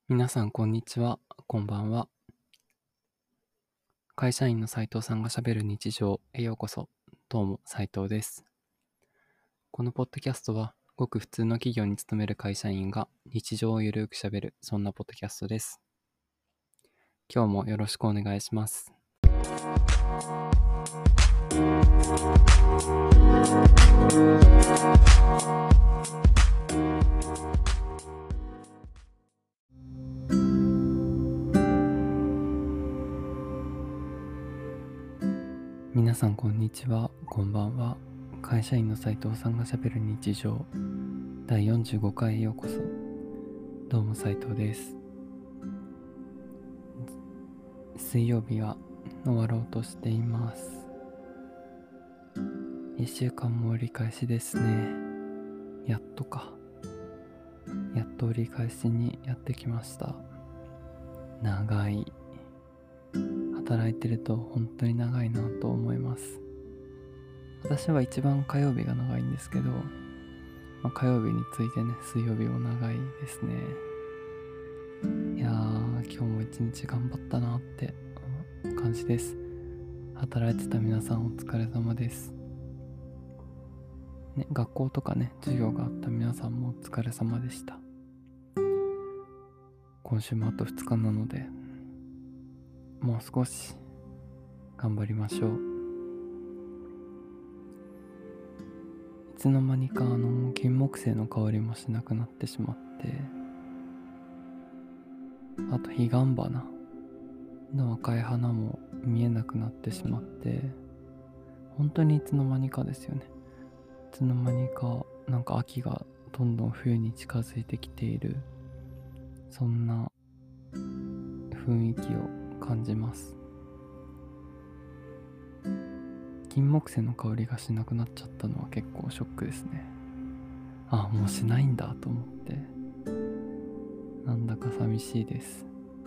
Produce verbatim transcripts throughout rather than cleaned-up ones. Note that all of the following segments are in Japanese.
皆さんこんにちは、こんばんは。会社員の斉藤さんがしゃべる日常へようこそ。どうも斉藤です。このポッドキャストはごく普通の企業に勤める会社員が日常をゆるくしゃべる、そんなポッドキャストです。今日もよろしくお願いします。皆さんこんにちは、こんばんは。会社員の斉藤さんがしゃべる日常だいよんじゅうごかいへようこそ。どうも斉藤です。水曜日が終わろうとしています。いっしゅうかんも折り返しですね。やっとか。やっと折り返しにやってきました。長い。働いてると本当に長いなと思います。私は一番火曜日が長いんですけど、まあ、火曜日についてね、水曜日も長いですね。いやー、今日も一日頑張ったなって感じです。働いてた皆さんお疲れ様です。ね、学校とかね、授業があった皆さんもお疲れ様でした。今週もあとふつかなので、もう少し頑張りましょう。いつの間にかあの金木犀の香りもしなくなってしまって、あと彼岸花の赤い花も見えなくなってしまって、本当にいつの間にかですよね。いつの間にかなんか秋がどんどん冬に近づいてきている、そんな雰囲気を感じます。金木犀の香りがしなくなっちゃったのは結構ショックですね。あ、もうしないんだと思って、なんだか寂しいです。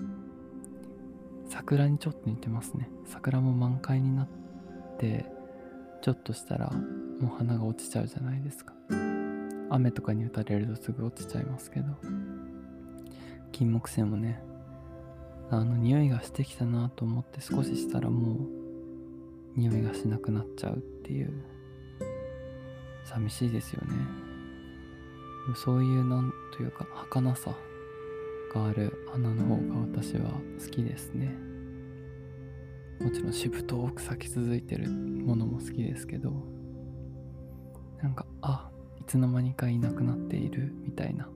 桜にちょっと似てますね。桜も満開になってちょっとしたらもう花が落ちちゃうじゃないですか。雨とかに打たれるとすぐ落ちちゃいますけど、金木犀もね、あの匂いがしてきたなと思って少ししたらもう匂いがしなくなっちゃうっていう、寂しいですよね。そういうなんというか儚さがある花の方が私は好きですね。もちろんしぶとく咲き続いてるものも好きですけど、なんかあいつの間にかいなくなっているみたいな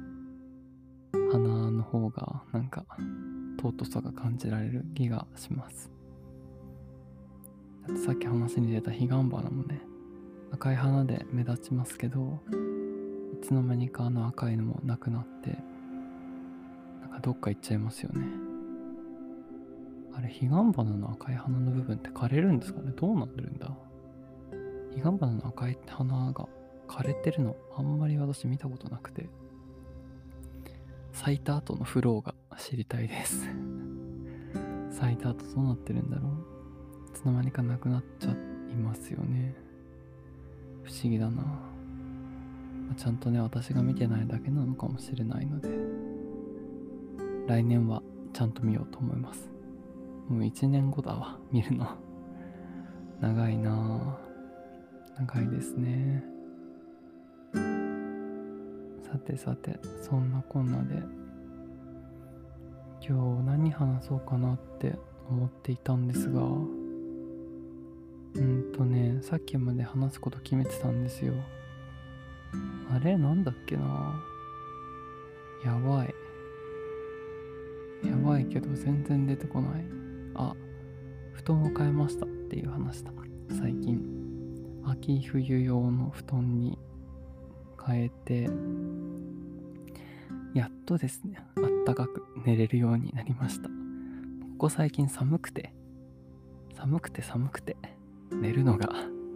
花の方がなんか尊さが感じられる気がします。だってさっき話に出た彼岸花もね、赤い花で目立ちますけど、いつの間にかあの赤いのもなくなってなんかどっか行っちゃいますよね。あれ、彼岸花の赤い花の部分って枯れるんですかね。どうなってるんだ。彼岸花の赤い花が枯れてるのあんまり私見たことなくて、咲いた後のフローが知りたいです咲いた後どうなってるんだろう。いつの間にかなくなっちゃいますよね。不思議だな。ちゃんとね、私が見てないだけなのかもしれないので、来年はちゃんと見ようと思います。もういちねんごだわ、見るの長いなぁ。長いですね。さてさて、そんなこんなで今日何話そうかなって思っていたんですが、うんとね、さっきまで話すこと決めてたんですよ。あれなんだっけな。やばい。やばいけど全然出てこない。あ、布団を変えましたっていう話だ。最近、秋冬用の布団に変えて、やっとですね、あったかく寝れるようになりました。ここ最近寒くて、寒くて寒くて、寝るのが、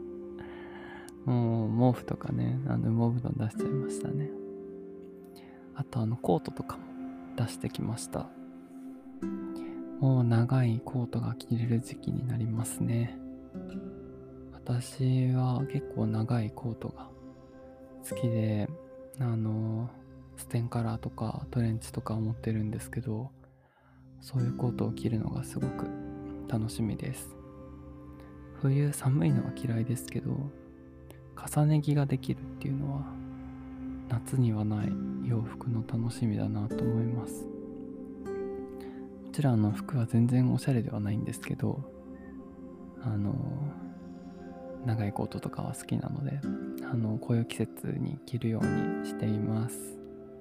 もう毛布とかね、あの羽毛布団出しちゃいましたね。あとあのコートとかも出してきました。もう長いコートが着れる時期になりますね。私は結構長いコートが好きで、あのステンカラーとかトレンチとか持ってるんですけど、そういうコートを着るのがすごく楽しみです。冬寒いのは嫌いですけど、重ね着ができるっていうのは夏にはない洋服の楽しみだなと思います。もちろんあの服は全然おしゃれではないんですけど、あの長いコートとかは好きなので、あのこういう季節に着るようにしています。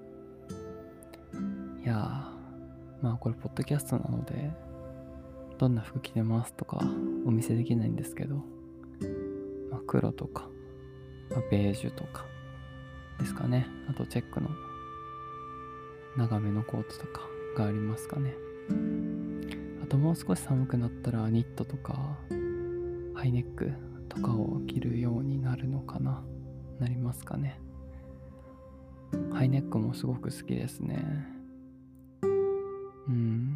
いやー、まあこれポッドキャストなのでどんな服着てますとかお見せできないんですけど、まあ、黒とか、まあ、ベージュとかですかね。あとチェックの長めのコートとかがありますかね。あともう少し寒くなったらニットとかハイネックとかを着るようになるのかななりますかね。ハイネックもすごく好きですね。うん、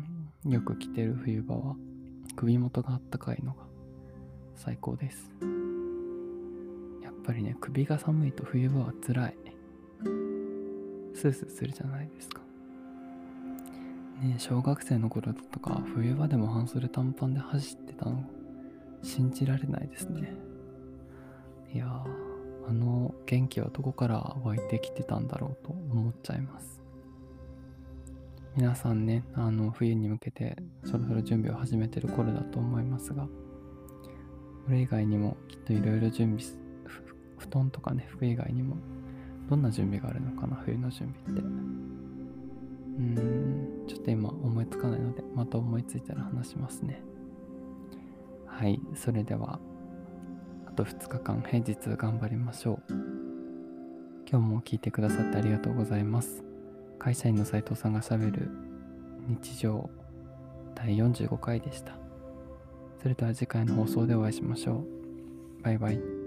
よく着てる冬場は首元があったかいのが最高です。やっぱりね、首が寒いと冬場は辛い。スースーするじゃないですか。ね、小学生の頃とか冬場でも半袖短パンで走ってたの信じられないですね。いやー、あの元気はどこから湧いてきてたんだろうと思っちゃいます。皆さんね、あの冬に向けてそろそろ準備を始めてる頃だと思いますが、これ以外にもきっといろいろ準備、布団とかね、服以外にもどんな準備があるのかな、冬の準備って。うーん、ちょっと今思いつかないので、また思いついたら話しますね。はい、それではあとふつかかん平日頑張りましょう。今日も聞いてくださってありがとうございます。会社員の斉藤さんがしゃべる日常だいよんじゅうごかいでした。それでは次回の放送でお会いしましょう。バイバイ。